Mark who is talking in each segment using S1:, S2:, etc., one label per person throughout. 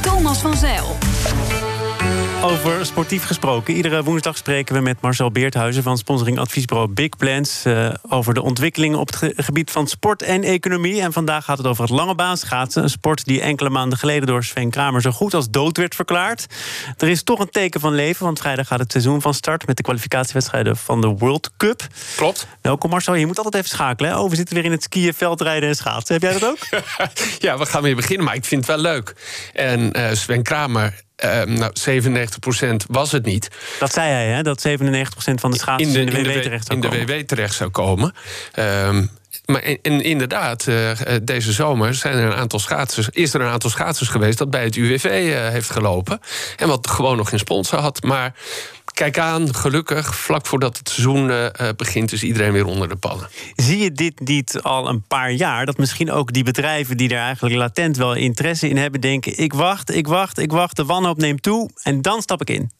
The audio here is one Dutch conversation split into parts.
S1: Thomas van Zeil.
S2: Over sportief gesproken. Iedere woensdag spreken we met Marcel Beerthuizen van sponsoringadviesbureau Big Plans over de ontwikkelingen op het gebied van sport en economie. En vandaag gaat het over het lange baan schaatsen. Een sport die enkele maanden geleden door Sven Kramer zo goed als dood werd verklaard. Er is toch een teken van leven, want vrijdag gaat het seizoen van start met de kwalificatiewedstrijden van de World Cup.
S3: Klopt.
S2: Welkom Marcel, je moet altijd even schakelen. Hè? We zitten weer in het skiën, veldrijden en schaatsen. Heb jij dat ook?
S3: Ja, we gaan weer beginnen, maar ik vind het wel leuk. En Sven Kramer... 97% was het niet.
S2: Dat zei hij, hè? Dat 97% van de schaatsers in de WW terecht zou komen.
S3: In de WW terecht zou komen. Maar inderdaad, deze zomer is er een aantal schaatsers geweest dat bij het UWV heeft gelopen. En wat gewoon nog geen sponsor had. Maar kijk aan, gelukkig, vlak voordat het seizoen begint, is iedereen weer onder de pannen.
S2: Zie je dit niet al een paar jaar? Dat misschien ook die bedrijven die er eigenlijk latent wel interesse in hebben, denken: ik wacht, de wanhoop neemt toe en dan stap ik in.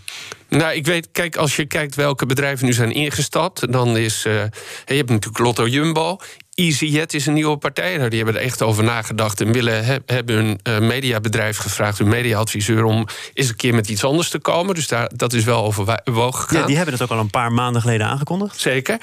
S3: Nou, ik weet, kijk, als je kijkt welke bedrijven nu zijn ingestapt, dan is je hebt natuurlijk Lotto Jumbo. EasyJet is een nieuwe partij. Nou, die hebben er echt over nagedacht en hebben hun mediabedrijf gevraagd, hun mediaadviseur, om eens een keer met iets anders te komen. Dus dat is wel overwogen gegaan.
S2: Ja, die hebben het ook al een paar maanden geleden aangekondigd.
S3: Zeker.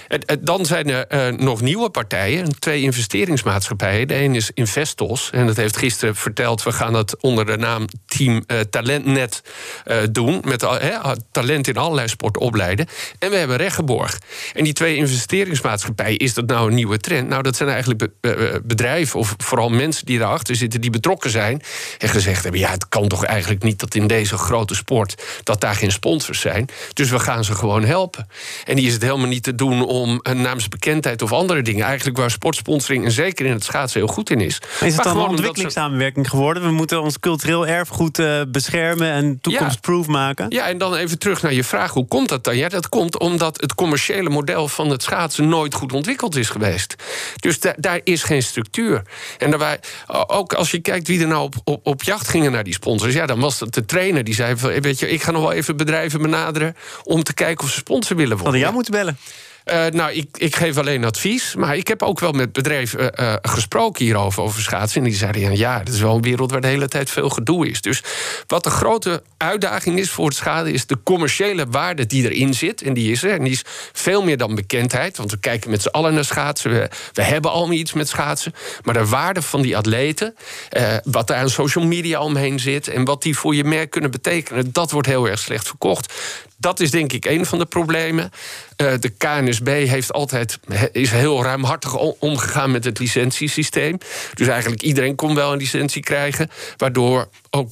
S3: Dan zijn er nog nieuwe partijen, 2 investeringsmaatschappijen. De een is Investos, en dat heeft gisteren verteld, we gaan dat onder de naam Team Talentnet doen, met talent in allerlei sporten opleiden. En we hebben Reggeborg. En die 2 investeringsmaatschappijen, is dat nou een nieuwe trend? Nou, dat zijn eigenlijk bedrijven, of vooral mensen die daarachter zitten, die betrokken zijn en gezegd hebben: ja, het kan toch eigenlijk niet dat in deze grote sport dat daar geen sponsors zijn. Dus we gaan ze gewoon helpen. En die is het helemaal niet te doen om naamsbekendheid of andere dingen. Eigenlijk waar sportsponsoring, en zeker in het schaatsen, heel goed in is.
S2: Maar is het dan een ontwikkelingssamenwerking geworden? We moeten ons cultureel erfgoed beschermen en toekomstproof maken?
S3: Ja, en dan even terug naar je vraag. Hoe komt dat dan? Ja, dat komt omdat het commerciële model van het schaatsen nooit goed ontwikkeld is geweest. Dus daar is geen structuur. En ook als je kijkt wie er nou op jacht gingen naar die sponsors, ja, dan was dat de trainer die zei: weet je, ik ga nog wel even bedrijven benaderen om te kijken of ze sponsor willen worden.
S2: Hadden jou moeten bellen?
S3: Nou, ik geef alleen advies. Maar ik heb ook wel met bedrijven gesproken hierover, over schaatsen. En die zeiden: ja, het is wel een wereld waar de hele tijd veel gedoe is. Dus wat de grote uitdaging is voor het schaatsen, is de commerciële waarde die erin zit. En die is er. En die is veel meer dan bekendheid. Want we kijken met z'n allen naar schaatsen. We hebben allemaal iets met schaatsen. Maar de waarde van die atleten, wat daar aan social media omheen zit, en wat die voor je merk kunnen betekenen, dat wordt heel erg slecht verkocht. Dat is denk ik een van de problemen. De KNSB is heel ruimhartig omgegaan met het licentiesysteem. Dus eigenlijk iedereen kon wel een licentie krijgen. Waardoor ook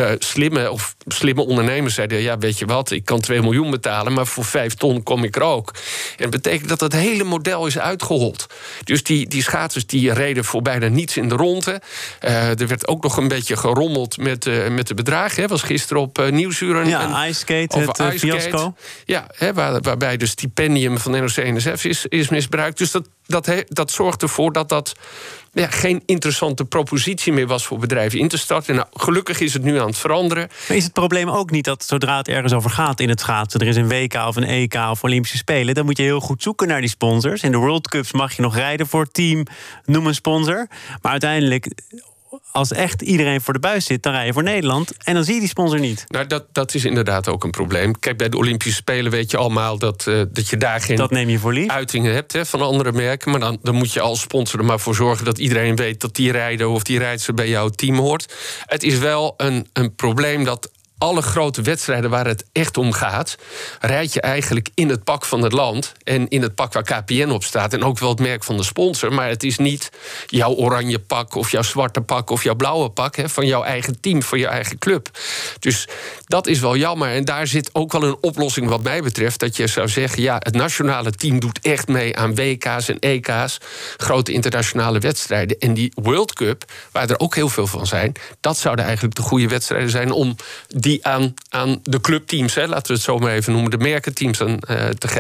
S3: slimme ondernemers zeiden: ja, weet je wat, ik kan 2 miljoen betalen, maar voor 5 ton kom ik er ook. En dat betekent dat het hele model is uitgehold. Dus die schaatsers die reden voor bijna niets in de ronde. Er werd ook nog een beetje gerommeld met de bedragen. Het was gisteren op Nieuwsuur
S2: Iceskate, het fiasco.
S3: Ja, waarbij de stipendium van NOC-NSF is misbruikt. Dus dat zorgt ervoor dat geen interessante propositie meer was voor bedrijven in te starten. Nou, gelukkig is het nu aan het veranderen.
S2: Maar is het probleem ook niet dat zodra het ergens over gaat in het schaatsen, er is een WK of een EK of Olympische Spelen, dan moet je heel goed zoeken naar die sponsors. In de World Cups mag je nog rijden voor team, noem een sponsor. Maar uiteindelijk, als echt iedereen voor de buis zit, dan rij je voor Nederland en dan zie je die sponsor niet.
S3: Nou, dat is inderdaad ook een probleem. Kijk, bij de Olympische Spelen weet je allemaal dat je daar geen
S2: dat neem je voor lief.
S3: Uitingen hebt van andere merken. Maar dan moet je als sponsor er maar voor zorgen dat iedereen weet dat die rijder of die rijdster bij jouw team hoort. Het is wel een probleem dat alle grote wedstrijden waar het echt om gaat, rijd je eigenlijk in het pak van het land en in het pak waar KPN op staat en ook wel het merk van de sponsor, maar het is niet jouw oranje pak of jouw zwarte pak of jouw blauwe pak van jouw eigen team, van je eigen club. Dus dat is wel jammer en daar zit ook wel een oplossing wat mij betreft, dat je zou zeggen: ja, het nationale team doet echt mee aan WK's en EK's, grote internationale wedstrijden, en die World Cup, waar er ook heel veel van zijn, dat zouden eigenlijk de goede wedstrijden zijn om die aan de clubteams, laten we het zo maar even noemen, de merkenteams aan te geven.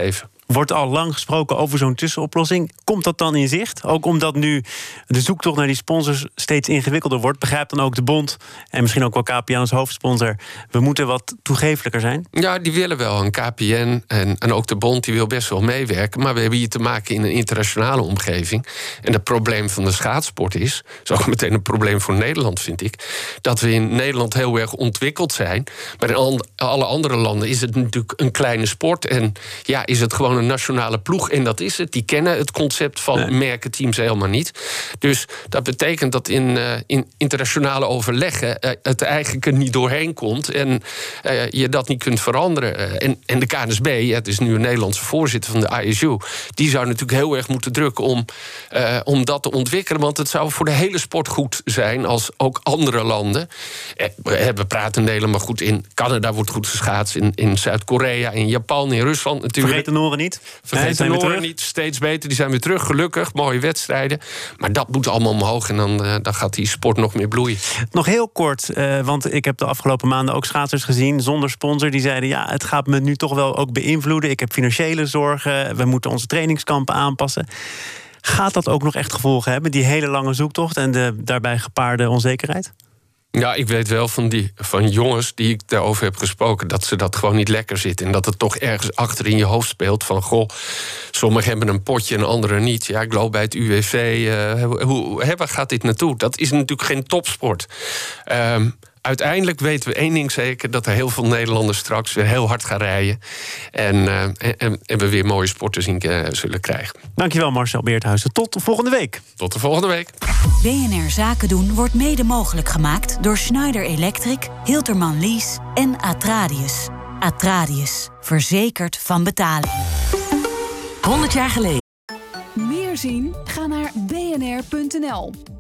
S2: wordt al lang gesproken over zo'n tussenoplossing. Komt dat dan in zicht? Ook omdat nu de zoektocht naar die sponsors steeds ingewikkelder wordt. Begrijpt dan ook de bond en misschien ook wel KPN als hoofdsponsor, we moeten wat toegeeflijker zijn?
S3: Ja, die willen wel. Een KPN en ook de bond die wil best wel meewerken. Maar we hebben hier te maken in een internationale omgeving. En het probleem van de schaatsport is ook meteen een probleem voor Nederland, vind ik, dat we in Nederland heel erg ontwikkeld zijn. Maar in alle andere landen is het natuurlijk een kleine sport. En ja, is het gewoon een nationale ploeg. En dat is het. Die kennen het concept van merkenteams helemaal niet. Dus dat betekent dat in internationale overleggen het eigenlijk er niet doorheen komt. En je dat niet kunt veranderen. En de KNSB, het is nu een Nederlandse voorzitter van de ISU, die zou natuurlijk heel erg moeten drukken om dat te ontwikkelen. Want het zou voor de hele sport goed zijn als ook andere landen. We praten Nederland, maar goed, in Canada wordt goed geschaatst, in Zuid-Korea, in Japan, in Rusland natuurlijk.
S2: Vergeet de Noren niet.
S3: Vergeet de Noren niet, steeds beter. Die zijn weer terug, gelukkig. Mooie wedstrijden. Maar dat moet allemaal omhoog en dan gaat die sport nog meer bloeien.
S2: Nog heel kort, want ik heb de afgelopen maanden ook schaatsers gezien zonder sponsor. Die zeiden, ja, het gaat me nu toch wel ook beïnvloeden. Ik heb financiële zorgen. We moeten onze trainingskampen aanpassen. Gaat dat ook nog echt gevolgen hebben, die hele lange zoektocht en de daarbij gepaarde onzekerheid?
S3: Ja, ik weet wel van jongens die ik daarover heb gesproken, dat ze dat gewoon niet lekker zitten. En dat het toch ergens achter in je hoofd speelt van, goh, sommigen hebben een potje en anderen niet. Ja, ik loop bij het UWV. Waar gaat dit naartoe? Dat is natuurlijk geen topsport. Uiteindelijk weten we één ding zeker, dat er heel veel Nederlanders straks weer heel hard gaan rijden. En we weer mooie sporten zullen krijgen.
S2: Dankjewel, Marcel Beerthuizen. Tot de volgende week.
S3: Tot de volgende week.
S1: BNR Zaken doen wordt mede mogelijk gemaakt door Schneider Electric, Hilterman Lease en Atradius. Atradius, verzekerd van betaling.
S4: 100 jaar geleden.
S5: Meer zien? Ga naar bnr.nl.